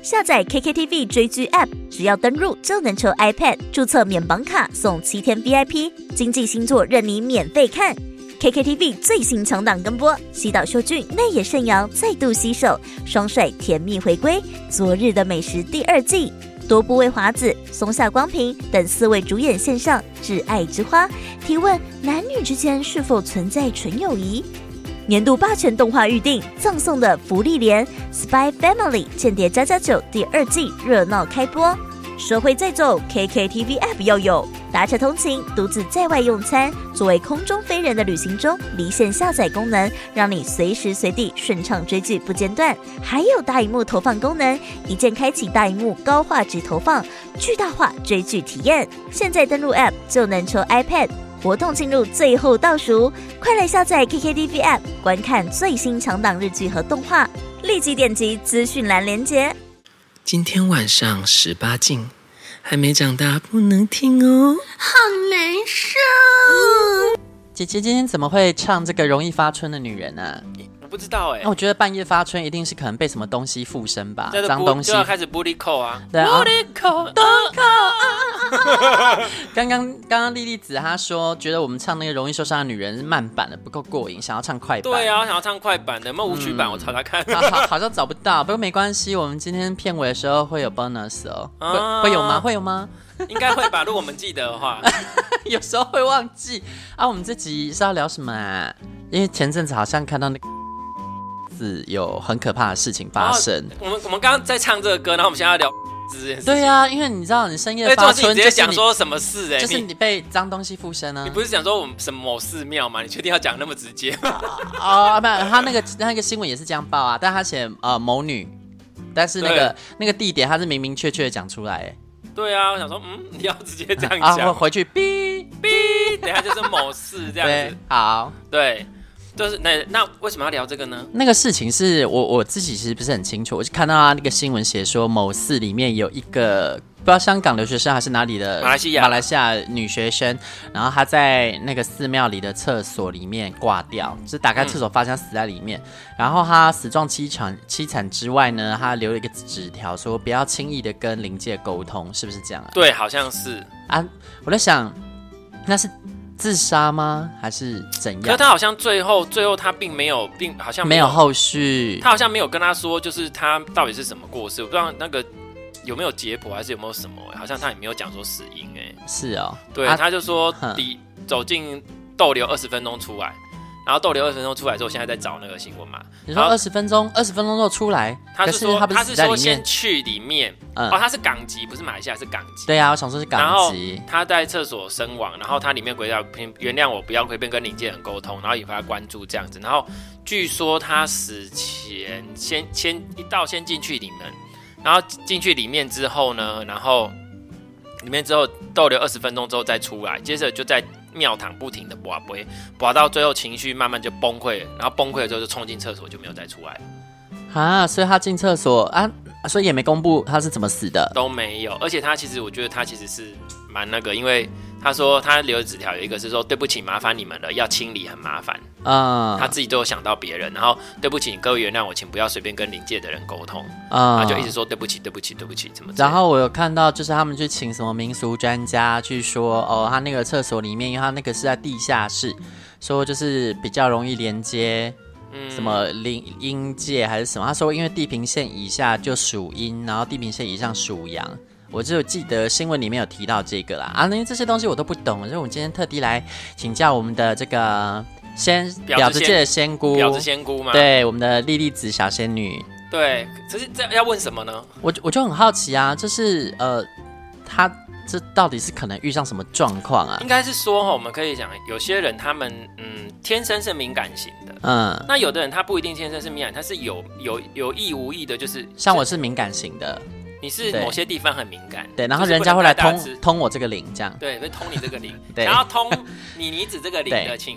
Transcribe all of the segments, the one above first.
下载 KKTV 追剧 App， 只要登入就能抽 iPad， 注册免绑卡送7天 VIP， 经济星座任你免费看。KKTV 最新强档跟播，西岛秀俊、内野圣阳再度携手，双帅甜蜜回归。昨日的美食第2季，多部位华子、松下光平等4位主演献上挚爱之花，提问男女之间是否存在纯友谊。年度霸权动画预定，葬送的福利连 Spy Family 间谍家家酒第2季热闹开播。社会在走 ，KKTV App 要有。搭车通勤、独自在外用餐，作为空中飞人的旅行中，离线下载功能，让你随时随地顺畅追剧不间断。还有大萤幕投放功能，一键开启大萤幕高画质投放，巨大化追剧体验。现在登录 App 就能抽 iPad。活动进入最后倒数，快来下载 KKTV App， 观看最新强档日剧和动画，立即点击资讯栏连结。 今天晚上18禁，还没长大不能听哦， 好难受。 姐姐今天怎么会唱这个容易发春的女人啊？ 我不知道那我觉得半夜发春一定是可能被什么东西附身吧，脏东西就要开始玻璃扣啊， 对啊， 玻璃扣都扣。 刚刚莉莉子她说，觉得我们唱那个容易受伤的女人是慢版的，不够过瘾，想要唱快版。 对啊，想要唱快版的，有没有舞曲版？我查查看。 好像找不到，不过没关系，我们今天片尾的时候会有 bonus 哦，会有吗？会有吗？ 应该会吧，如果我们记得的话。 有时候会忘记啊。我们这集是要聊什么啊？因为前阵子好像看到那个字有很可怕的事情发生。 我们刚刚在唱这个歌，然后我们现在要聊这件事情。 对啊，因为你知道你深夜发春， 你直接讲说什么事就是你被脏东西附身啊。 你不是讲说我们什么某寺庙吗？你确定要讲那么直接吗？ 不，他那个新闻也是这样报啊，但他写某女，但是那个地点他是明明确确的讲出来。 对啊，我想说，你要直接这样讲， 回去哔哔，等一下就是某事这样子。 好， 对，就是那为什么要聊这个呢？ 那个事情是我自己其实不是很清楚，我就看到他那个新闻写说，某寺里面有一个不知道香港留学生还是哪里的马来西亚女学生，然后她在那个寺庙里的厕所里面挂掉，就是打开厕所发现她死在里面，然后她死状凄惨之外呢，她留了一个纸条说不要轻易的跟灵界沟通，是不是这样啊？ 对，好像是啊。我在想，那是自杀吗？还是怎样？ 可是他好像最后他并好像没有后续， 他好像没有跟他说，就是他到底是什么过世，我不知道那个有没有解剖，还是有没有什么？好像他也没有讲说死因是哦， 对，他就说走进逗留20分钟出来，然后逗留20分钟出来之后，现在在找那个新闻嘛。 你说20分钟之后出来， 他是说先去里面，他是港籍，不是马来西亚，是港籍。 对啊，我想说是港籍。 然后他在厕所身亡，然后他里面回答原谅我，不要随便跟灵界人沟通，然后引发关注这样子。然后据说他死前先进去里面。然后进去里面之后呢，然后里面之后逗留20分钟之后再出来，接着就在庙堂不停的拔到最后情绪慢慢就崩溃了，然后崩溃了之后就冲进厕所就没有再出来了。 所以他进厕所啊，所以也没公布他是怎么死的， 都没有。而且我觉得他其实是蛮那个，因为他说他留的纸条有一个是说对不起，麻烦你们了，要清理很麻烦。他自己都有想到别人，然后对不起，各位原谅我，请不要随便跟灵界的人沟通。他就一直说对不起，怎么？ 然后我有看到，就是他们去请什么民俗专家去说，他那个厕所里面，因为他那个是在地下室，说就是比较容易连接。什么阴界还是什么？他说因为地平线以下就属阴，然后地平线以上属阳。我就记得新闻里面有提到这个啦。因为这些东西我都不懂，所以我们今天特地来请教我们的这个婊子界的仙姑， 婊子仙姑嘛， 对，我们的莉莉子小仙女。 对，可是这要问什么呢？ 我就很好奇啊，就是他这到底是可能遇上什么状况啊？ 应该是说我们可以讲，有些人他们天生是敏感型的，那有的人他不一定天生是敏感，他是有意无意的，就是像我是敏感型的。 你是某些地方很敏感， 对，然后人家会来通我这个灵，这样， 对，会通你这个灵， 对， 然后通你子这个灵的，请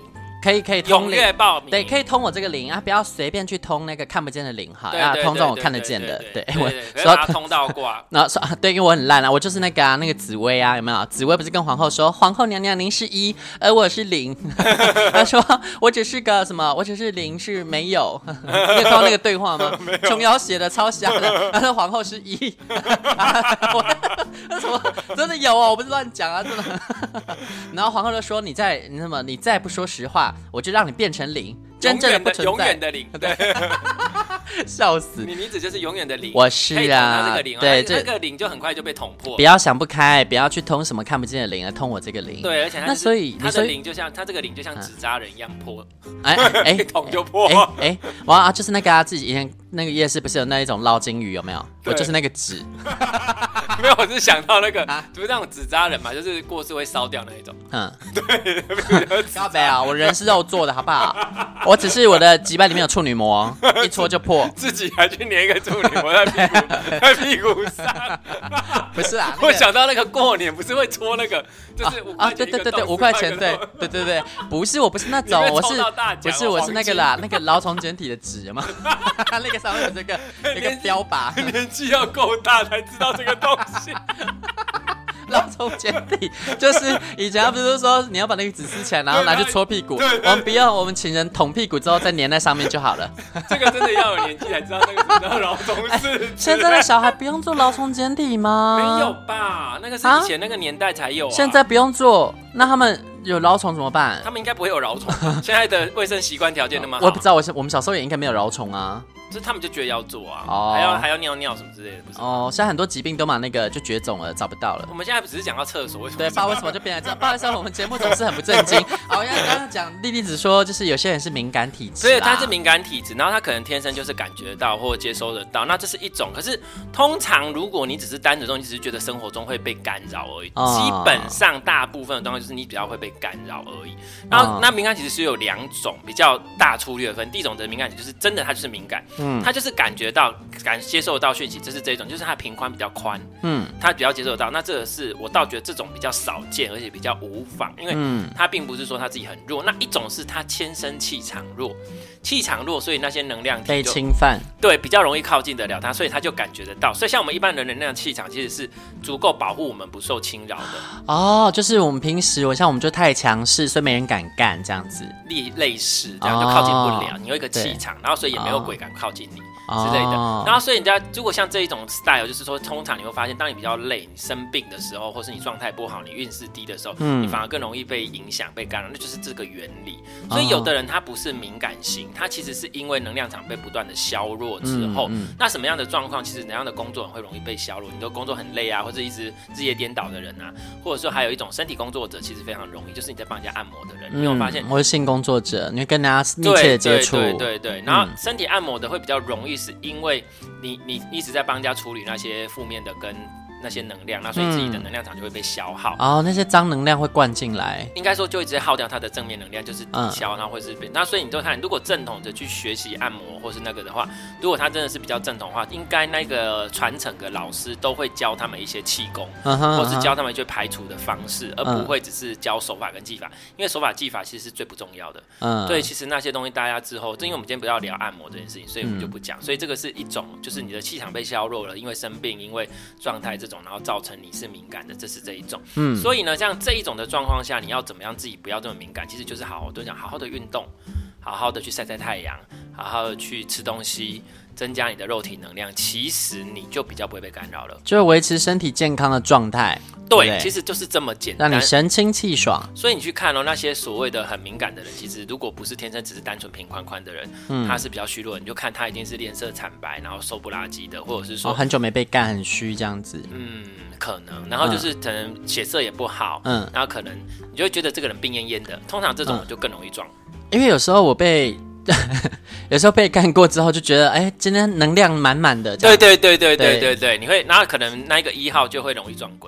可以通踊跃报名， 对，可以通我这个0啊，不要随便去通那个看不见的0哈，要通这种我看得见的。对， 我说把它通到挂。 然后说对，因为我很烂啊，我就是那个那个紫薇啊，有没有？紫薇不是跟皇后说，皇后娘娘您是1，而我是0，她说我只是个什么，我只是0是没有。你有看到那个对话吗？琼瑶写的超瞎的，她说皇后是1，那什么真的有哦，我不是乱讲啊，真的。然后皇后就说你再不说实话，我就让你变成0，真正的不存在， 永远的0，对， 笑死！ 你名字就是永远的0， 我是啊， 对，这个0就很快就被捅破。 不要想不开，不要去通什么看不见的0，通我这个0。 对，而且那所以他的0就像他这个0就像纸扎人一样破，一捅就破。 哇，就是那个自己以前那个夜市不是有那一种捞金鱼有没有？我就是那个纸。 没有，我是想到那个不是那种纸扎人嘛，就是过世会烧掉那一种。对， 高北啊，我人是肉做的，好不好？我只是我的脊背里面有处女膜，一戳就破。 自己还去粘一个处女膜在屁股上。 不是啊， 我想到那个过年不是会戳那个，就是5块钱， 对，5块钱，对，不是，我不是那种，我是那个啦，那个劳虫简体的纸嘛，那个上面有这个一个标靶。 年纪要够大才知道这个东西。 劳虫简体就是以前不是说你要把那个纸撕起来，然后拿去搓屁股，我们不要，我们请人捅屁股之后再粘在上面就好了。 这个真的要有年纪才知道那个叫劳虫是。 现在的小孩不用做劳虫简体吗？ 没有吧，那个是以前那个年代才有啊。 现在不用做，那他们有蛲虫怎么办？ 他们应该不会有蛲虫。现在的卫生习惯条件那么好， 我不知道，我们小时候也应该没有蛲虫啊。 就是他们就觉得要做啊，还要尿尿什么之类的，不是？ 哦，现在很多疾病都把那个就绝种了，找不到了。 我们现在只是讲到厕所， 对，不知道为什么就变成这样。不好意思，我们节目总是很不正经。好，刚刚讲莉莉子说，就是有些人是敏感体质， 所以他是敏感体质，然后他可能天生就是感觉到或接收得到，那这是一种。可是通常如果你只是单纯你只是觉得生活中会被干扰而已，基本上大部分的状况就是你比较会被干扰而已。然后那敏感体质是有2种比较大粗略分，第一种的敏感体就是真的他就是敏感，他就是感觉到接受到讯息，这是这种，就是他频宽比较宽，他比较接受得到。那这个是我倒觉得这种比较少见，而且比较无妨，因为他并不是说他自己很弱。那一种是他天生气场弱，所以那些能量体被侵犯， 对，比较容易靠近得了他，所以他就感觉得到。所以像我们一般人的能量气场其实是足够保护我们不受侵扰的。 哦，就是我们平时我们就太强势，所以没人敢干这样子， 类似这样就靠近不了。你有一个气场，然后所以也没有鬼敢靠近你。之类的，然后所以如果像这一种 style， 就是说，通常你会发现，当你比较累、你生病的时候，或是你状态不好、你运势低的时候，你反而更容易被影响、被干扰，那就是这个原理。所以有的人他不是敏感型，他其实是因为能量场被不断的削弱之后，那什么样的状况，其实怎样的工作会容易被削弱？你的工作很累啊，或者一直日夜颠倒的人啊，或者说还有一种身体工作者，其实非常容易，就是你在帮人家按摩的人，你有发现？ 我是性工作者，你会跟大家密切的接触， 对，然后身体按摩的会比较容易，是因为你一直在帮人家处理那些负面的跟那些能量，那所以自己的能量场就会被消耗。 那些脏能量会灌进来， 应该说就会直接耗掉它的正面能量，就是抵消，然后会是那所以你都看，如果正统的去学习按摩或是那个的话，如果他真的是比较正统的话，应该那个传承的老师都会教他们一些气功，或是教他们一些排除的方式，而不会只是教手法跟技法，因为手法技法其实是最不重要的。对，其实那些东西大家之后，因为我们今天不要聊按摩这件事情，所以我们就不讲。所以这个是一种，就是你的气场被削弱了，因为生病，因为状态这种，然后造成你是敏感的，这是这一种。所以呢，像这一种的状况下，你要怎么样自己不要这么敏感？其实就是好好的运动，好好的去晒晒太阳，好好的去吃东西，增加你的肉体能量，其实你就比较不会被干扰了， 就维持身体健康的状态。 对，其实就是这么简单， 让你神清气爽。 所以你去看那些所谓的很敏感的人，其实如果不是天生只是单纯平宽宽的人，他是比较虚弱的，你就看他一定是脸色惨白，然后瘦不拉几的，或者是说很久没被干，很虚这样子。 可能，然后就是可能血色也不好，然后可能你就会觉得这个人病恹恹的，通常这种就更容易撞。 因为有时候我有时候被干过之后，就覺得今天能量满滿的。 對，你會，然後可能那一個1號就會容易撞鬼，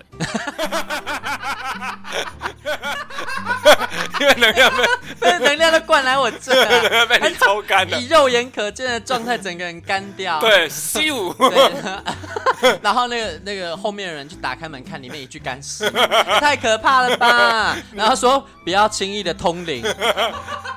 因為能量都灌來我這， 被你抽乾了， 以肉眼可見的狀態，整個人乾掉。 對，咻。 然後那個後面的人就打開門看，裡面一具乾屍，太可怕了吧？然後說不要輕易的通靈。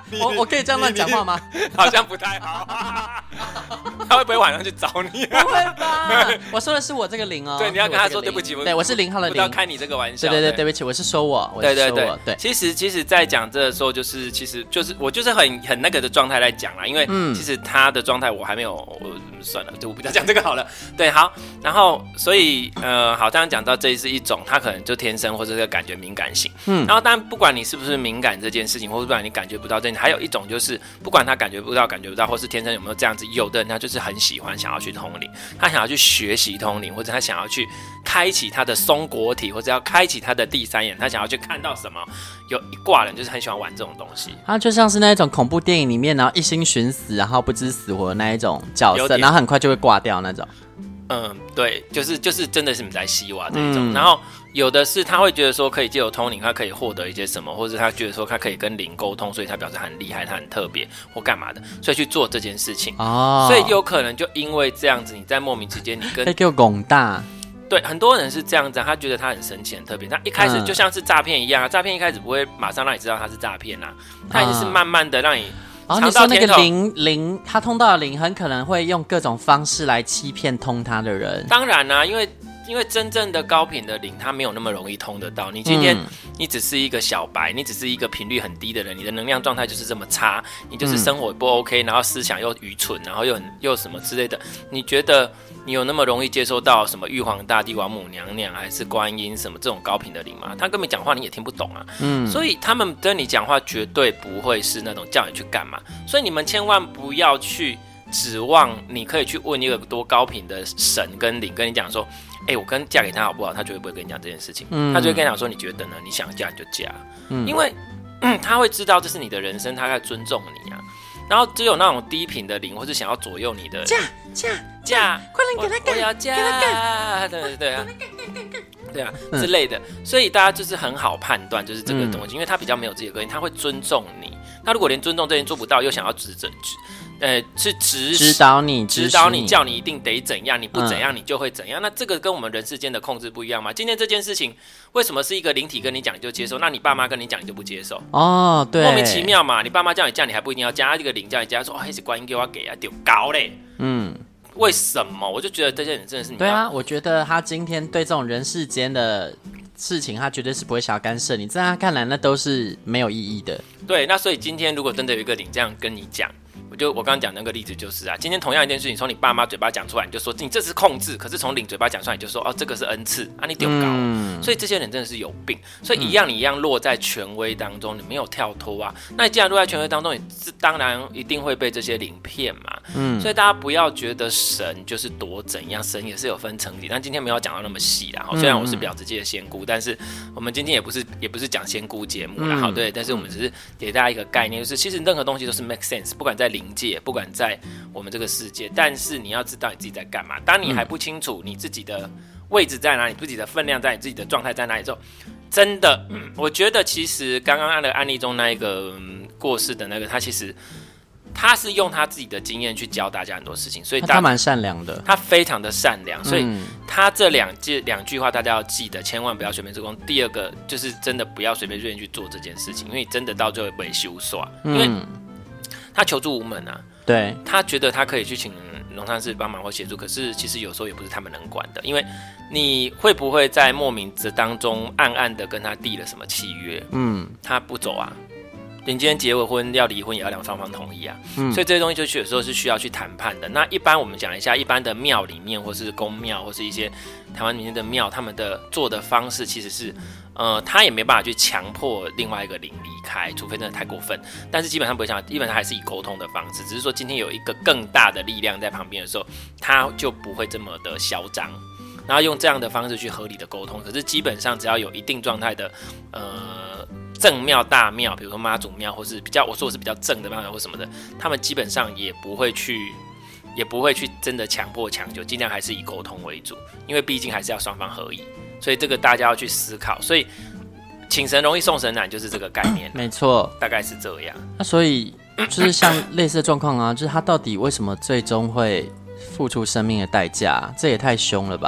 我可以这样乱讲话吗？ 好像不太好。他会不会晚上去找你？ 不会吧？我说的是我这个零哦。 对，你要跟他说对不起。 对，我是0号的0。 不要开你这个玩笑。 对不起，我是说我。 对。其实，在讲这的时候，其实我就是很那个的状态来讲啦，因为其实他的状态我还没有，算了，就我不要讲这个好了。对，好，然后所以好，刚刚讲到这是一种，他可能就天生或者是感觉敏感性。然后当然不管你是不是敏感这件事情，或者不管你感觉不到这件事情，还有一种就是不管他感觉不到，或是天生有没有这样子，有的人他就是很喜欢想要去通灵，他想要去学习通灵，或者他想要去开启他的松果体，或者要开启他的第三眼，他想要去看到什么。有一挂人就是很喜欢玩这种东西， 他就像是那一种恐怖电影里面，然后一心寻死，然后不知死活的那一种角色，然后很快就会挂掉那种。 对，就是真的是你在西瓦这一种。然后有的是他会觉得说可以借由通灵，他可以获得一些什么，或者他觉得说他可以跟灵沟通，所以他表示他很厉害，他很特别或干嘛的，所以去做这件事情。所以有可能就因为这样子，你在莫名之间，你跟给我拱大。 对，很多人是这样子，他觉得他很神奇、很特别。他一开始就像是诈骗一样啊，诈骗一开始不会马上让你知道他是诈骗啊，他也是慢慢的让你尝到甜头。 你说那个灵，他通到的灵，很可能会用各种方式来欺骗通他的人。 当然啦、因为真正的高频的灵，它没有那么容易通得到。你今天你只是一个小白，你只是一个频率很低的人，你的能量状态就是这么差，你就是生活不 OK，然后思想又愚蠢，然后又什么之类的。你觉得你有那么容易接收到什么玉皇大帝、王母娘娘还是观音什么这种高频的灵吗？他跟你讲话你也听不懂啊。所以他们跟你讲话绝对不会是那种叫你去干嘛。所以你们千万不要去指望你可以去问一个多高频的神跟灵跟你讲说，我跟嫁给他好不好？他绝对不会跟你讲这件事情，他就会跟你讲说，你觉得呢？你想嫁你就嫁，因为他会知道这是你的人生，他在尊重你啊。然后只有那种低频的灵，或是想要左右你的嫁， 快点给他干， 我要嫁，对啊之类的。所以大家就是很好判断，就是这个东西，因为他比较没有自己的个性，他会尊重你。他如果连尊重这件做不到，又想要是指导你，叫你一定得怎样，你不怎样你就会怎样。那这个跟我们人世间的控制不一样吗？今天这件事情为什么是一个灵体跟你讲你就接受，那你爸妈跟你讲你就不接受？ 对， 莫名其妙嘛。你爸妈叫你嫁，你还不一定要嫁。这个灵叫你嫁，说是观音给我给啊，丢高嘞。为什么？我就觉得这些人真的是对啊。我觉得他今天对这种人世间的事情，他绝对是不会想要干涉你，在他看来那都是没有意义的。 对，那所以今天如果真的有一个灵这样跟你讲，我刚刚讲那个例子就是啊，今天同样一件事情，从你爸妈嘴巴讲出来，你就说你这是控制；可是从灵嘴巴讲出来，你就说这个是恩赐啊，你丢高。所以这些人真的是有病。所以你一样落在权威当中，你没有跳脱啊。那你既然落在权威当中，你当然一定会被这些灵骗嘛。所以大家不要觉得神就是多怎样，神也是有分层级。但今天没有讲到那么细啦。虽然我是婊子界的仙姑，但是我们今天也不是讲仙姑节目啦。好，对，但是我们只是给大家一个概念，就是其实任何东西都是 make sense， 不管在灵界，不管在我们这个世界，但是你要知道你自己在干嘛。当你还不清楚你自己的位置在哪里，自己的分量在，你自己的状态在哪里之后，真的，我觉得其实刚刚的案例中那一个过世的那个，他其实他是用他自己的经验去教大家很多事情，所以他蛮善良的， 他非常的善良，所以他这两句话大家要记得，千万不要随便做工。第二个就是真的不要随便去做这件事情，因为真的到最后会被修刷，因为他求助无门啊。 对， 他觉得他可以去请龙山寺帮忙或协助，可是其实有时候也不是他们能管的，因为你会不会在莫名之当中暗暗的跟他缔了什么契约？他不走啊，你今天结了婚要离婚也要两方同意啊，所以这些东西就有时候是需要去谈判的。那一般我们讲一下，一般的庙里面或是宫庙或是一些台湾里面的庙，他们的做的方式其实是他也没办法去强迫另外一个灵离开，除非真的太过分。但是基本上不会这样，基本上还是以沟通的方式，只是说今天有一个更大的力量在旁边的时候，他就不会这么的嚣张，然后用这样的方式去合理的沟通。可是基本上只要有一定状态的正庙大庙，比如说妈祖庙，或是我说的是比较正的庙或什么的，他们基本上也不会去真的强迫强求，尽量还是以沟通为主，因为毕竟还是要双方合意。所以这个大家要去思考，所以请神容易送神难就是这个概念， 没错， 大概是这样。 那所以就是像类似的状况啊，就是他到底为什么最终会付出生命的代价？这也太凶了吧？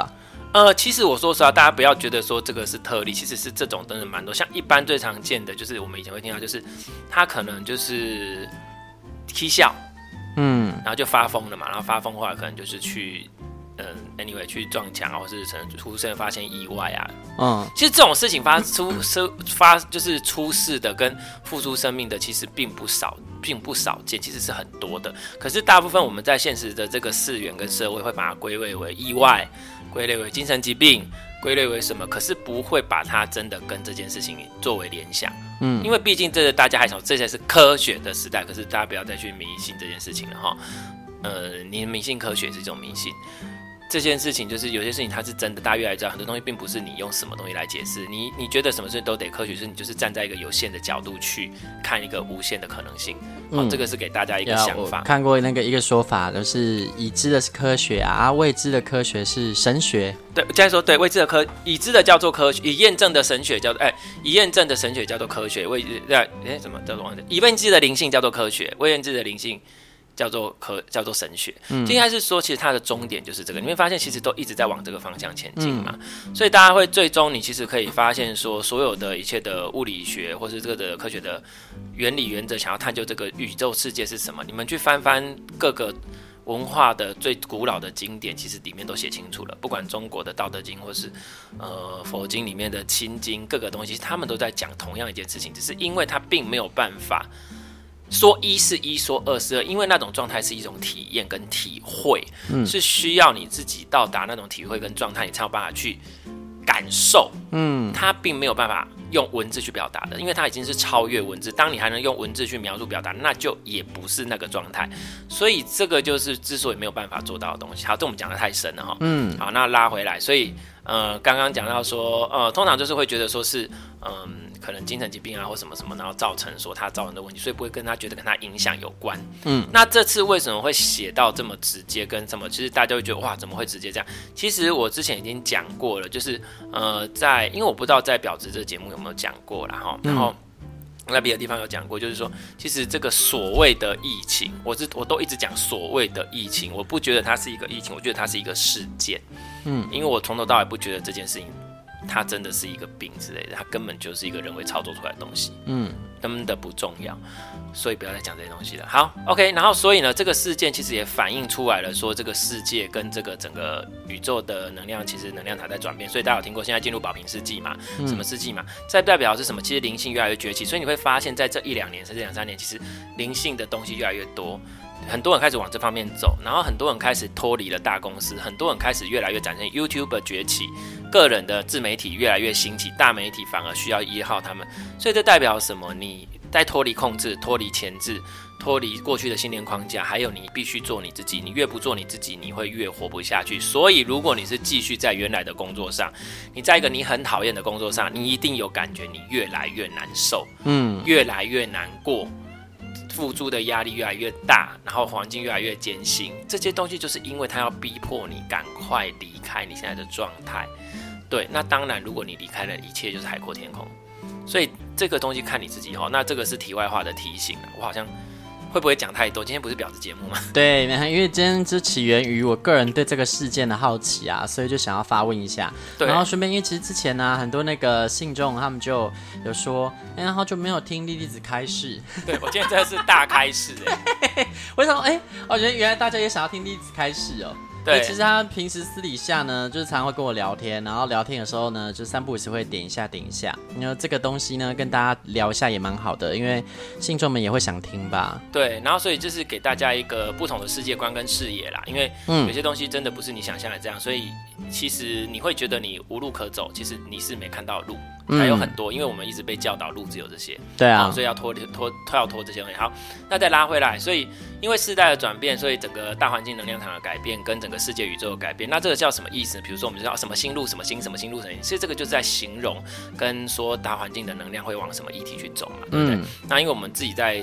其实我说实话，大家不要觉得说这个是特例，其实是这种真的蛮多。像一般最常见的就是我们以前会听到，就是他可能就是踢笑，然后就发疯了嘛，然后发疯后来可能就是去anyway 去撞墙啊，或是可能出生发现意外啊，其实这种事情就是出事的跟付出生命的，其实并不少见，其实是很多的。可是大部分我们在现实的这个世缘跟社会会把它归类为意外，归类为精神疾病，归类为什么？可是不会把它真的跟这件事情作为联想，因为毕竟大家还想这些是科学的时代，可是大家不要再去迷信这件事情了哈。你迷信科学是一种迷信。这件事情就是有些事情它是真的，大家越来越知道很多东西并不是你用什么东西来解释，你觉得什么事情都得科学，是你就是站在一个有限的角度去看一个无限的可能性。这个是给大家一个想法。 我看过一个说法，就是已知的是科学啊，未知的科学是神学。 对，现在说对，已知的叫做科学，已验证的神学叫做已验证的神学叫做科学，什么叫做已验知的灵性叫做科学，未验知的灵性叫做神学，应该是说，其实它的终点就是这个。你会发现，其实都一直在往这个方向前进嘛。所以大家会最终，你其实可以发现说，所有的一切的物理学或是这个的科学的原理原则，想要探究这个宇宙世界是什么，你们去翻翻各个文化的最古老的经典，其实里面都写清楚了。不管中国的《道德经》或是佛经里面的《心经》，各个东西，他们都在讲同样一件事情，只是因为它并没有办法。说一是一，说二是二，因为那种状态是一种体验跟体会，是需要你自己到达那种体会跟状态，你才有办法去感受。它并没有办法用文字去表达的，因为它已经是超越文字。当你还能用文字去描述表达，那就也不是那个状态。所以这个就是之所以没有办法做到的东西。好，这我们讲得太深了哈。好，那拉回来，所以刚刚讲到说，通常就是会觉得说是可能精神疾病啊或什么什么，然后造成说他造成的问题，所以不会跟他觉得跟他影响有关。那这次为什么会写到这么直接跟这么，其实大家会觉得哇怎么会直接这样？其实我之前已经讲过了，就是因为我不知道在婊子这个节目有没有讲过啦哈，然后在别的地方有讲过，就是说其实这个所谓的疫情，我都一直讲所谓的疫情，我不觉得它是一个疫情，我觉得它是一个事件。因为我从头到尾不觉得这件事情它真的是一个病之类的，它根本就是一个人为操作出来的东西，根本的不重要，所以不要再讲这些东西了。好 ，OK， 然后所以呢，这个事件其实也反映出来了，说这个世界跟这个整个宇宙的能量，其实能量场在转变。所以大家有听过现在进入宝瓶世纪嘛？什么世纪嘛？这代表是什么？其实灵性越来越崛起，所以你会发现在这1-2年甚至2-3年，其实灵性的东西越来越多。很多人开始往这方面走，然后很多人开始脱离了大公司，很多人开始越来越展现 YouTuber 崛起，个人的自媒体越来越兴起，大媒体反而需要依靠他们。所以这代表什么？你在脱离控制、脱离钳制、脱离过去的信念框架，还有你必须做你自己。你越不做你自己，你会越活不下去。所以如果你是继续在原来的工作上，你在一个你很讨厌的工作上，你一定有感觉你越来越难受，越来越难过，付出的压力越来越大，然后环境越来越艰辛，这些东西就是因为他要逼迫你赶快离开你现在的状态。对，那当然如果你离开了，一切就是海阔天空。所以这个东西看你自己。那这个是题外话的提醒了，我好像会不会讲太多？今天不是婊子节目吗？ 对，因为今天是起源于我个人对这个事件的好奇啊，所以就想要发问一下。然后顺便，因为其实之前呢，很多那个信众他们就有说，好久没有听莉莉子开示。 对，我今天真的是大开示为什么？我觉得原来大家也想要听莉莉子开示哦。对，其实他平时私底下呢，就是常常会跟我聊天，然后聊天的时候呢，就三不五时会点一下。因为这个东西呢，跟大家聊一下也蛮好的，因为信众们也会想听吧。 对，然后所以就是给大家一个不同的世界观跟视野啦，因为有些东西真的不是你想象的这样，所以其实你会觉得你无路可走，其实你是没看到路，还有很多，因为我们一直被教导路只有这些。对啊，所以要拖这些东西。好，那再拉回来，所以因为世代的转变，所以整个大环境能量场的改变跟整个世界宇宙的改变，那这个叫什么意思呢？比如说我们知道什么新路什么新什么新路什么新，其实这个就是在形容跟说大环境的能量会往什么议题去走嘛，对不对？那因为我们自己在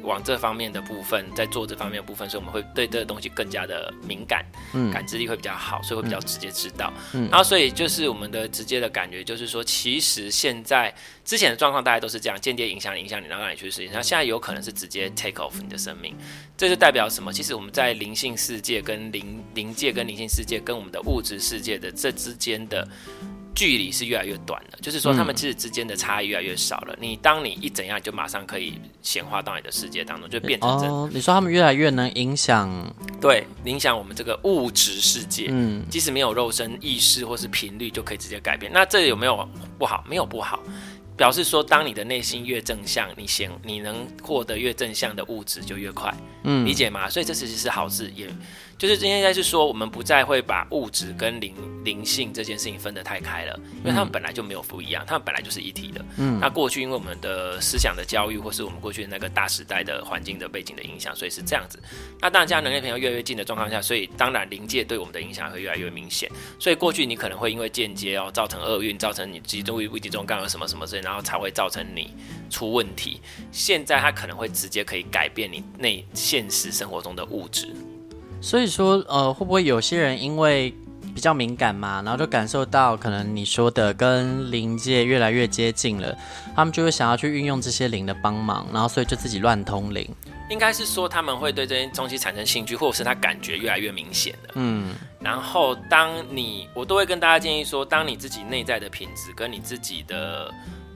往这方面的部分，在做这方面的部分，所以我们会对这个东西更加的敏感，感知力会比较好，所以会比较直接知道。然后所以就是我们的直接的感觉就是说，其实现在之前的状况大概都是这样，间接影响你，然后让你去实现。那现在有可能是直接 take off 你的生命，这就代表什么？其实我们在灵性世界跟灵界跟灵性世界跟我们的物质世界的这之间的距离是越来越短了，就是说他们其实之间的差异越来越少了。当你一怎样，就马上可以显化到你的世界当中，就变成这样。 你说他们越来越能影响， 对，影响我们这个物质世界。即使没有肉身意识或是频率，就可以直接改变。那这有没有不好？没有不好。表示说，当你的内心越正向，你能获得越正向的物质就越快，理解吗？所以这其实是好事，也就是今天应该是说，我们不再会把物质跟灵性这件事情分得太开了，因为他们本来就没有不一样，他们本来就是一体的。那过去因为我们的思想的教育，或是我们过去的那个大时代的环境的背景的影响，所以是这样子。那当然，这样能量平衡越来越近的状况下，所以当然灵界对我们的影响会越来越明显。所以过去你可能会因为间接造成厄运，造成你集中不集中杠什么什么之类，然后才会造成你出问题。现在它可能会直接可以改变你现实生活中的物质。 所以说，会不会有些人因为比较敏感嘛，然后就感受到可能你说的跟灵界越来越接近了，他们就会想要去运用这些灵的帮忙，然后所以就自己乱通灵。 应该是说他们会对这些东西产生兴趣，或者是他感觉越来越明显了。然后我都会跟大家建议说，当你自己内在的品质跟你自己的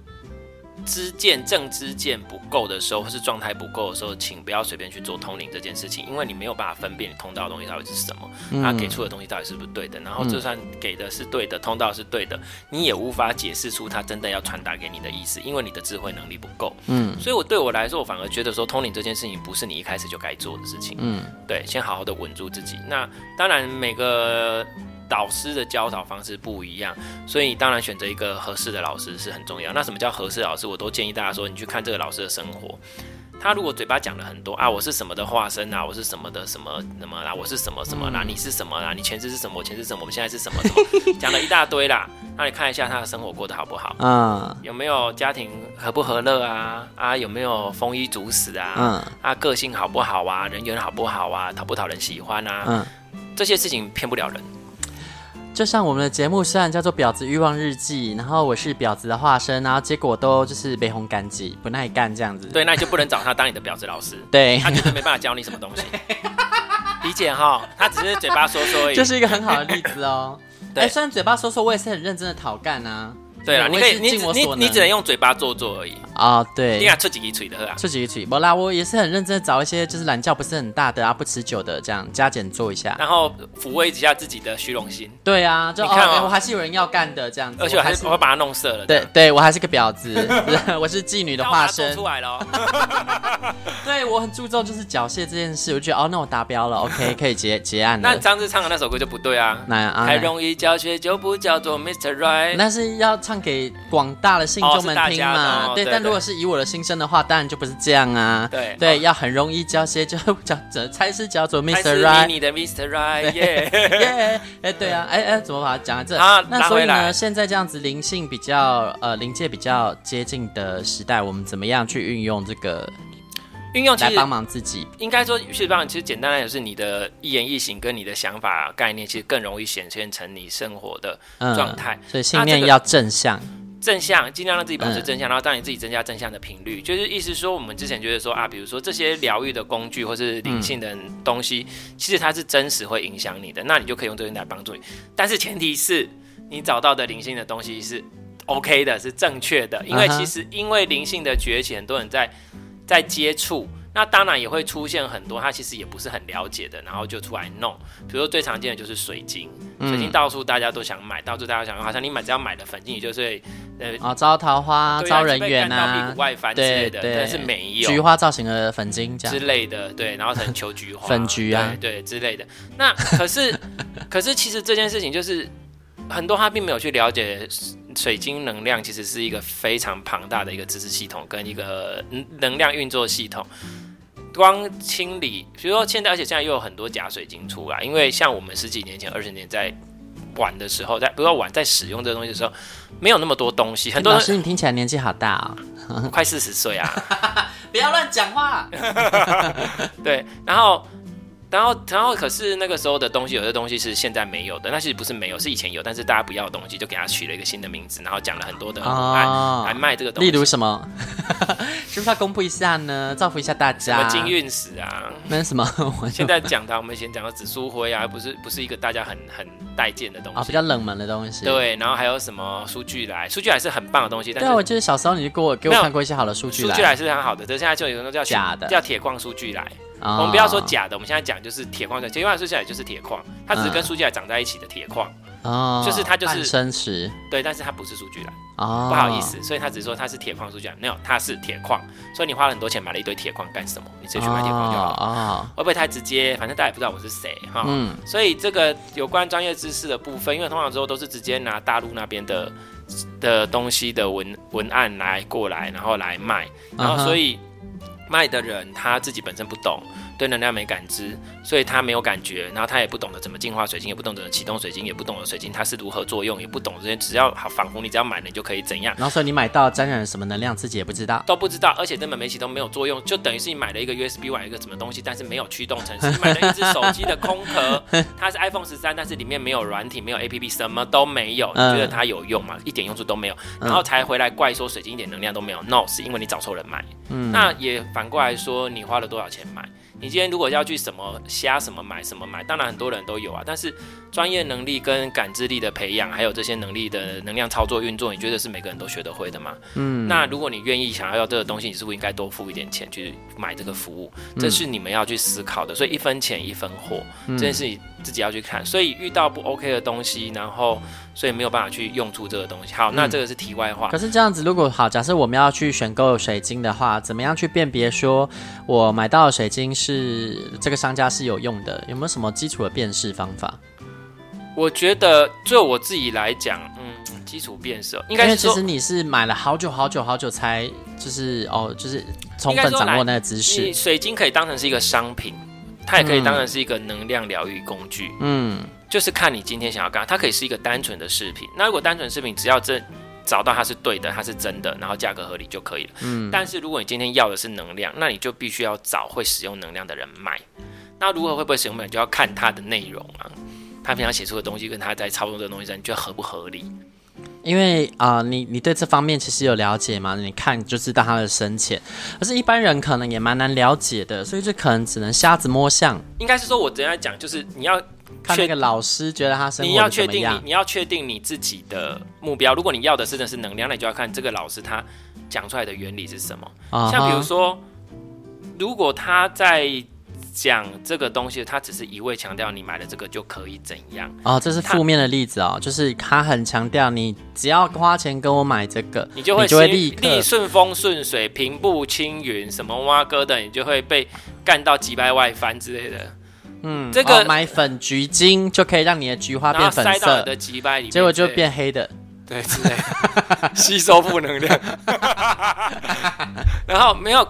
正知见不够的时候，或是状态不够的时候，请不要随便去做通灵这件事情，因为你没有办法分辨你通到的东西到底是什么，他给出的东西到底是不是对的，然后就算给的是对的，通道是对的，你也无法解释出他真的要传达给你的意思，因为你的智慧能力不够。所以对我来说，我反而觉得说通灵这件事情不是你一开始就该做的事情。对，先好好的稳住自己。那当然每个导师的教导方式不一样，所以你当然选择一个合适的老师是很重要。那什么叫合适的老师？我都建议大家说，你去看这个老师的生活。他如果嘴巴讲了很多啊，我是什么的化身啊，我是什么的什么什么啦，我是什么什么啦，你是什么啦，你前世是什么，我前世是什么，我们现在是什么什么，讲了一大堆啦。那你看一下他的生活过得好不好？有没有家庭和不和乐啊？有没有丰衣足食啊？个性好不好啊？人缘好不好啊？讨不讨人喜欢啊？这些事情骗不了人。 就像我们的节目虽然叫做婊子欲望日记，然后我是婊子的化身，然后结果都就是被红干记不耐干这样子。 对，那你就不能找他当你的婊子老师。 对， 他绝对没办法教你什么东西。理解哈，他只是嘴巴说说而已。 就是一个很好的例子哦。对，虽然嘴巴说说，我也是很认真的讨干啊。 对啦，你可以，你只能用嘴巴做而已啊。对， 你看出几个嘴的啊， 出几个嘴。不啦，我也是很认真的找一些就是懒觉不是很大的啊，不持久的这样加减做一下， 然后抚慰一下自己的虚荣心。 对啊，就你看我还是有人要干的这样子， 而且我会把它弄色了。 对，我还是个婊子，我是妓女的化身。 出来了。 对，我很注重就是缴械这件事，我觉得那我达标了 ，OK， 可以结案了。 那张智唱的那首歌就不对啊，太容易缴械就不叫做 Mr. Right。 那是要唱给广大的信众们听嘛，对。但如果是以我的心声的话，当然就不是这样啊。对，要很容易交些，就才是叫做 Mr. Right。 你的 Mr. Right， 耶。对啊，怎么把它讲到这？那所以呢，现在这样子灵性比较灵界比较接近的时代，我们怎么样去运用这个？来帮忙自己， 应该说去帮。其实简单来说，是你的一言一行跟你的想法概念，其实更容易显现成你生活的状态。 所以信念要正向。 正向，尽量让自己保持正向，然后当你自己增加正向的频率，就是意思说，我们之前觉得说比如说这些疗愈的工具或是灵性的东西，其实它是真实会影响你的，那你就可以用这些来帮助你。但是前提是你找到的灵性的东西是 OK 的，是正确的，因为其实因为灵性的崛起，很多人在接触。那当然也会出现很多他其实也不是很了解的，然后就出来弄。比如说最常见的就是水晶，水晶到处大家都想买，到处大家想用，好像你只要买了粉晶，你就是会招桃花、招人缘啊，屁股外翻之类的，但是没有菊花造型的粉晶这样之类的，对，然后可能求菊花、 粉菊啊， 对之类的。那可是其实这件事情就是很多他并没有去了解。水晶能量其实是一个非常庞大的一个知识系统跟一个能量运作系统，光清理，比如说而且现在又有很多假水晶出来，因为像我们10几年前、20年在玩的时候，不要玩在使用这个东西的时候，没有那么多东西。很多老师，你听起来年纪好大哦。 快40岁啊， 不要乱讲话。 对，然后，可是那个时候的东西，有些东西是现在没有的，那其实不是没有，是以前有，但是大家不要的东西，就给它取了一个新的名字，然后讲了很多的文案来卖这个东西。 例如什么？是不是要公布一下呢？造福一下大家。 什么金运石啊？ 那是什么？ 现在讲的，我们以前讲的紫苏灰啊，不是一个大家很待见的东西比较冷门的东西。 对，然后还有什么数据来？数据来是很棒的东西，但是对，我记得小时候你就给我看过一些好的数据来。 数据来是很好的，但现在就有人叫假的， 叫铁矿数据来。我们不要说假的，我们现在讲就是铁矿，铁矿数据来就是铁矿，它只是跟数据来长在一起的铁矿。就是它就是半生石， 对，但是它不是数据来，不好意思，所以他只说它是铁矿数据来，没有，它是铁矿，所以你花了很多钱买了一堆铁矿干什么？你直接去买铁矿就好了。会不会太直接？反正大家也不知道我是谁哈。所以这个有关专业知识的部分，因为通常之后都是直接拿大陆那边的东西的文案来过来，然后来卖，然后所以卖的人他自己本身不懂。对能量没感知，所以他没有感觉，然后他也不懂得怎么净化水晶，也不懂得启动水晶，也不懂得水晶它是如何作用，也不懂这些，只要仿佛你只要买了你就可以怎样。 然后所以你买到沾染了什么能量，自己也不知道， 都不知道，而且根本没启动，没有作用，就等于是你买了一个 USB 玩一个什么东西，但是没有驱动程式，你买了一只手机的空壳，它是 iPhone 13，但是里面没有软体，没有 APP， 什么都没有，你觉得它有用吗？一点用处都没有，然后才回来怪说水晶一点能量都没有。No， 是因为你找错人买。那也反过来说，你花了多少钱买？你今天如果要去什么瞎什么买什么买，当然很多人都有啊，但是专业能力跟感知力的培养，还有这些能力的能量操作运作，你觉得是每个人都学得会的吗？那如果你愿意想要这个东西，你是不是应该多付一点钱去买这个服务？这是你们要去思考的。所以一分钱一分货，这件事情自己要去看。所以遇到不 OK 的东西，然后所以没有办法去用出这个东西。好，那这个是题外话。 可是这样子，如果好，假设我们要去选购水晶的话，怎么样去辨别说我买到的水晶是这个商家是有用的？有没有什么基础的辨识方法？ 我觉得就我自己来讲，基础辨识应该是说， 因为其实你是买了好久才就是充分掌握那个知识。 水晶可以当成是一个商品，它也可以当成是一个能量疗愈工具。就是看你今天想要干嘛，它可以是一个单纯的饰品。那如果单纯饰品，只要找到它是对的，它是真的，然后价格合理就可以了。但是如果你今天要的是能量，那你就必须要找会使用能量的人买。那如何会不会使用能量，就要看它的内容啊。他平常写出的东西跟他在操作这个东西上，你觉得合不合理？ 因为你对这方面其实有了解嘛？你看就知道他的深浅，可是一般人可能也蛮难了解的，所以就可能只能瞎子摸象。 应该是说，我等一下讲，就是你要看那个老师觉得他生活的怎么样， 你要确定你自己的目标。如果你要的真的是能量，那你就要看这个老师他讲出来的原理是什么。像比如说，如果他在讲这个东西，他只是一味强调你买了这个就可以怎样这是负面的例子就是他很强调你只要花钱跟我买这个， 你就会立刻顺风顺水、平步青云，什么挖哥的，你就会被干到几百外翻之类的。这个买粉橘精就可以让你的菊花变粉色， 塞到你的几百里面， 结果就变黑的， 对之类的，吸收负能量。然后没有，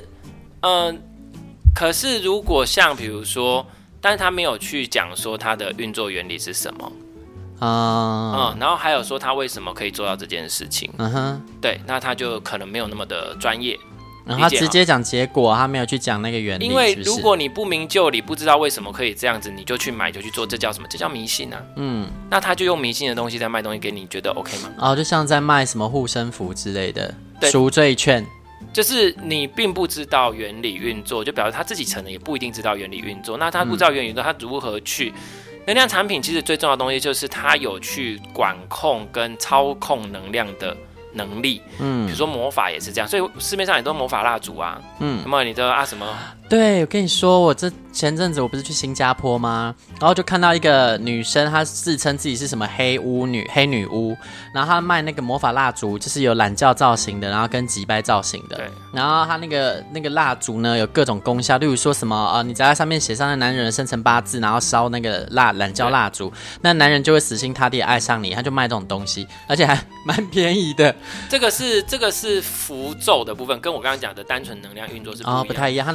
可是如果像比如说，但是他没有去讲说它的运作原理是什么然后还有说他为什么可以做到这件事情，对，那他就可能没有那么的专业。 他直接讲结果，他没有去讲那个原理。 因为如果你不明就里，不知道为什么可以这样子，你就去买就去做，这叫什么？这叫迷信啊。那他就用迷信的东西在卖东西给你，你觉得 OK 吗？ 就像在卖什么护身符之类的赎罪券。 就是你并不知道原理运作，就表示他自己可能也不一定知道原理运作。那他不知道原理运作，他如何去能量产品？其实最重要的东西就是他有去管控跟操控能量的能力。比如说魔法也是这样，所以市面上很多魔法蜡烛啊，有没有你的什么？ 对，我跟你说，我前阵子我不是去新加坡吗？然后就看到一个女生，她自称自己是什么黑女巫，然后她卖那个魔法蜡烛，就是有懒觉造型的，然后跟吉拜造型的。对。然后她那个蜡烛呢，有各种功效，例如说什么你只要在上面写上那男人的生辰八字，然后烧那个懒觉蜡烛，那男人就会死心塌地爱上你，他就卖这种东西，而且还蛮便宜的。 这个是符咒的部分，跟我刚刚讲的单纯能量运作是不一样不太一样。他那个下咒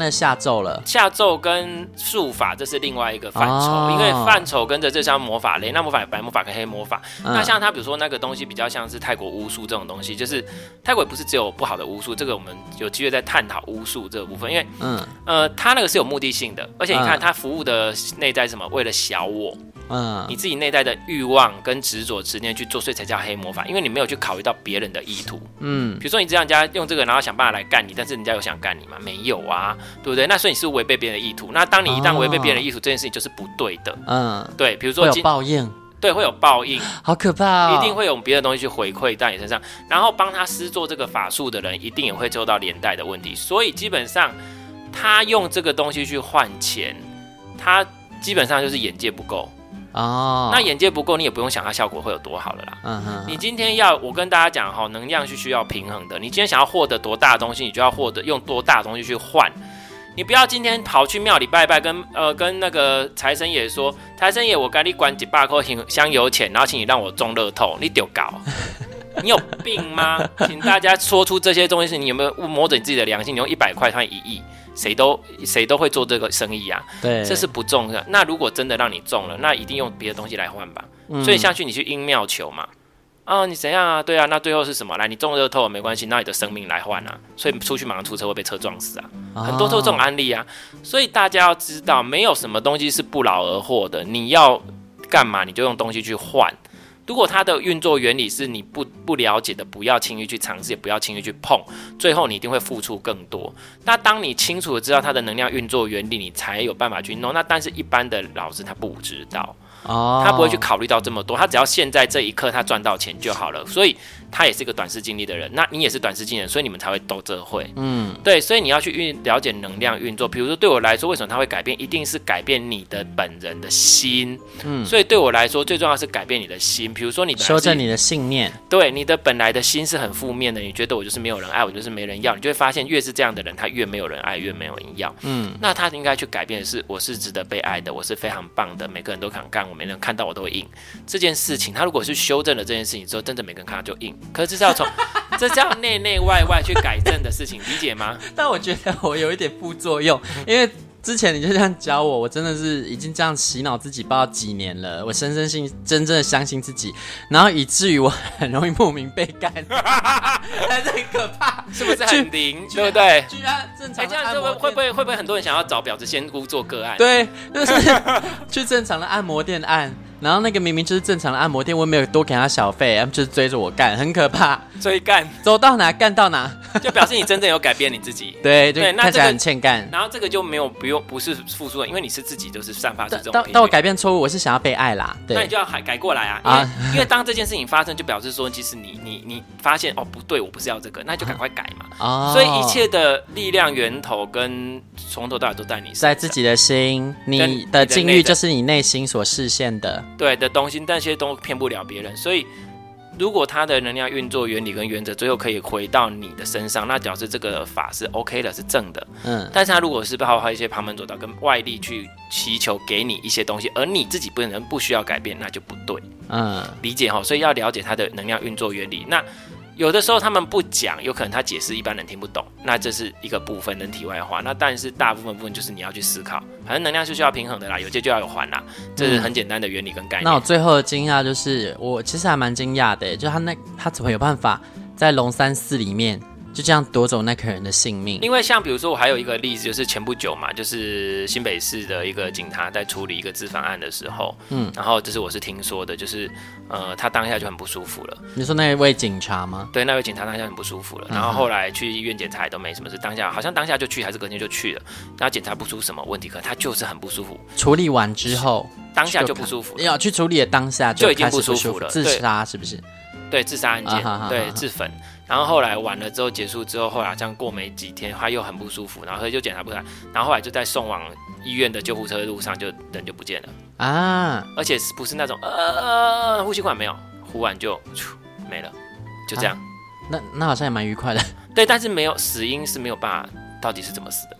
咒了。 下咒跟术法这是另外一个范畴，因为范畴跟着这像魔法类，那魔法有白魔法跟黑魔法。那像他比如说那个东西比较像是泰国巫术这种东西，就是泰国也不是只有不好的巫术，这个我们有机会再探讨巫术这个部分，因为他那个是有目的性的，而且你看他服务的内在是什么？为了小我。你自己内在的欲望跟执着执念去做，所以才叫黑魔法，因为你没有去考虑到别人的意图。比如说你只让人家用这个，然后想办法来干你，但是人家有想干你吗？没有啊，对不对？那所以你是违背别人的意图。那当你一旦违背别人的意图，这件事情就是不对的。对，比如说会有报应， 对，会有报应， 好可怕一定会有别的东西去回馈在你身上。然后帮他施做这个法术的人，一定也会受到连带的问题。所以基本上，他用这个东西去换钱，他基本上就是眼界不够。那眼界不够，你也不用想它效果会有多好了啦。你今天我跟大家讲能量是需要平衡的。你今天想要获得多大的东西，你就要用多大的东西去换。你不要今天跑去庙里拜拜，跟那个财神爷说，财神爷我给你管100块香油钱，然后请你让我中乐透，你丢搞。你有病吗？请大家说出这些东西，你有没有摸着你自己的良心？你用100块换1亿。谁都会做这个生意啊， 对， 这是不中的。那如果真的让你中了，那一定用别的东西来换吧。所以像你去阴庙求嘛，你怎样啊？对啊，那最后是什么？来，你中乐透没关系，拿你的生命来换啊。所以出去马上出车会被车撞死啊，很多都这种案例啊。所以大家要知道，没有什么东西是不劳而获的。你要干嘛，你就用东西去换。如果它的运作原理是你不了解的，不要轻易去尝试，也不要轻易去碰，最后你一定会付出更多。那当你清楚的知道它的能量运作原理，你才有办法去弄。那但是一般的老师他不知道，他不会去考虑到这么多，他只要现在这一刻他赚到钱就好了。所以他也是一个短视近利的人，那你也是短视近利的人，所以你们才会斗这会。对，所以你要去了解能量运作。比如说对我来说，为什么它会改变，一定是改变你的本人的心。所以对我来说，最重要是改变你的心。比如说你修正你的信念， 对，你的本来的心是很负面的，你觉得我就是没有人爱，我就是没人要，你就会发现越是这样的人，他越没有人爱，越没有人要。那他应该去改变的是，我是值得被爱的，我是非常棒的，每个人都想干我，每个人看到我都会硬。这件事情，他如果是修正了这件事情之后，真的每个人看到就硬。可是这是要内内外外去改正的事情，理解吗？ 但我觉得我有一点副作用，因为之前你就这样教我，我真的是已经这样洗脑自己不知道几年了，我真正的相信自己，然后以至于我很容易莫名被干，还是很可怕， 是不是很灵？对不对？ 居然正常的这样子会不会很多人想要找婊子仙姑做个案？ 对，就是去正常的按摩店按。然后那个明明就是正常的按摩店，我也没有多给他小费，他们就是追着我干，很可怕。 追干， 走到哪干到哪， 就表示你真正有改变你自己。 对，就看起来很欠干。 然后这个就不是付出的，因为你是自己就是散发出这种频率。 但我改变错误，我是想要被爱啦。对， 那你就要改过来啊！因为当这件事情发生，就表示说，其实你发现不对，我不是要这个，那就赶快改嘛。所以一切的力量源头跟从头到尾都在你身上， 在自己的心，你的境遇就是你内心所视线的。 对的东西，但些都骗不了别人。所以，如果它的能量运作原理跟原则最后可以回到你的身上，那表示这个法是 OK 的，是正的。但是它如果是包括一些旁门左道跟外力去祈求给你一些东西，而你自己本人不需要改变，那就不对。理解哈。所以要了解它的能量运作原理。那有的时候他们不讲，有可能他解释一般人听不懂，那这是一个部分跟题外话。那但是大部分就是你要去思考，反正能量是需要平衡的啦，有借就要有还啦，这是很简单的原理跟概念。 那我最后的惊讶就是，我其实还蛮惊讶的，就他怎么有办法在龙山寺里面就这样夺走那个人的性命？ 因为像比如说，我还有一个例子，就是前不久嘛，就是新北市的一个警察在处理一个自焚案的时候，然后这是我是听说的，就是他当下就很不舒服了。 你说那位警察吗？ 对，那位警察当下很不舒服了，然后后来去医院检查也都没什么事，当下就去，还是隔天就去了，然后检查不出什么问题，可能他就是很不舒服。 处理完之后， 当下就不舒服了， 要去处理的当下就已经不舒服了， 自杀是不是？ 对，自杀案件，对，自焚。然后后来完了之后结束之后，后来这样过没几天，他又很不舒服，然后就检查不出来，然后后来就在送往医院的救护车的路上，人就不见了啊！而且不是那种呼吸管没有，忽然就没了，就这样。 那好像也蛮愉快的。 对，但是没有死因是没有办法，到底是怎么死的？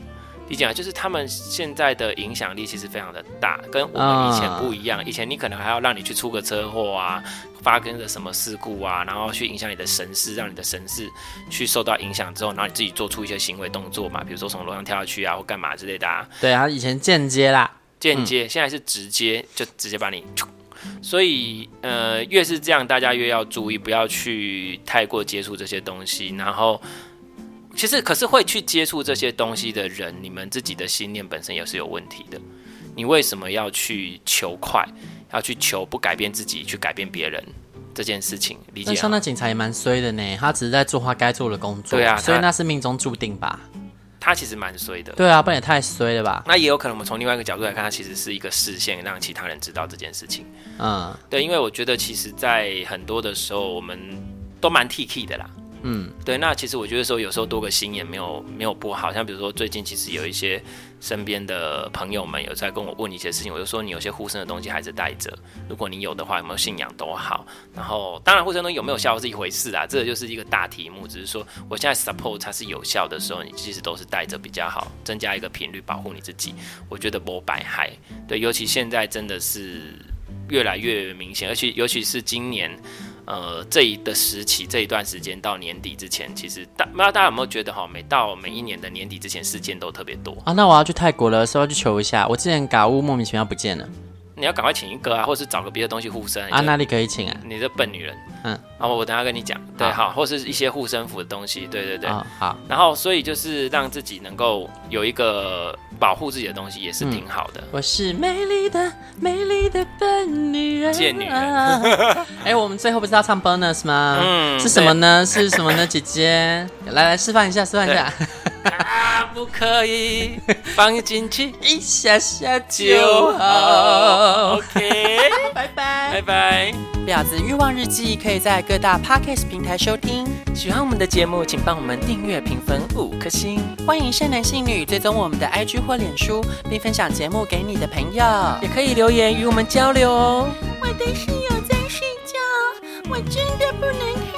理解吗？就是他们现在的影响力其实非常的大，跟我们以前不一样。以前你可能还要让你去出个车祸啊，发生了什么事故啊，然后去影响你的神识，让你的神识去受到影响之后，然后你自己做出一些行为动作嘛，比如说从楼上跳下去啊，或干嘛之类的啊。 对啊，以前间接啦， 间接，现在是直接，就直接把你。所以越是这样，大家越要注意，不要去太过接触这些东西。然后，其实可是会去接触这些东西的人，你们自己的信念本身也是有问题的。你为什么要去求快，要去求不改变自己，去改变别人这件事情？理解吗？ 像那警察也蛮衰的呢，他只是在做他该做的工作， 对啊， 所以那是命中注定吧。 他其实蛮衰的， 对啊，不然也太衰了吧？ 那也有可能我们从另外一个角度来看，他其实是一个视线，让其他人知道这件事情。对，因为我觉得其实，在很多的时候，我们都蛮 T-K 的啦。对，那其实我觉得说有时候多个心眼没有不好，像比如说最近其实有一些身边的朋友们有在跟我问一些事情，我就说你有些护身的东西还是带着，如果你有的话，有没有信仰都好。然后当然护身东西有没有效是一回事啦，这个就是一个大题目，只是说我现在 support 它是有效的时候，你其实都是带着比较好，增加一个频率保护你自己，我觉得没百害。对，尤其现在真的是越来越明显，而且尤其是今年。这一的时期，这一段时间到年底之前，其实不知道大家有没有觉得每一年的年底之前事件都特别多啊？那我要去泰国了，是要去求一下。我之前嘎屋莫名其妙不见了， 你要赶快请一个啊，或是找个别的东西护身啊。哪里可以请啊？ 你这笨女人。我等一下跟你讲。对，好，或是一些护身符的东西。对对对。 好。 然后，所以就是让自己能够有一个保护自己的东西，也是挺好的。 我是美丽的笨女人， 贱女人。 我们最后不是要唱 bonus 吗？是什么呢？是什么呢？姐姐，来示范一下。 不可以放进去一下下就好。 OK， 拜拜， 拜拜。 婊子欲望日记可以在各大 Podcast 平台收听。 喜欢我们的节目，请帮我们订阅、评分5颗星。 欢迎善男信女追踪我们的 IG 或脸书，并分享节目给你的朋友， 也可以留言与我们交流哦。 我的室友在睡觉，我真的不能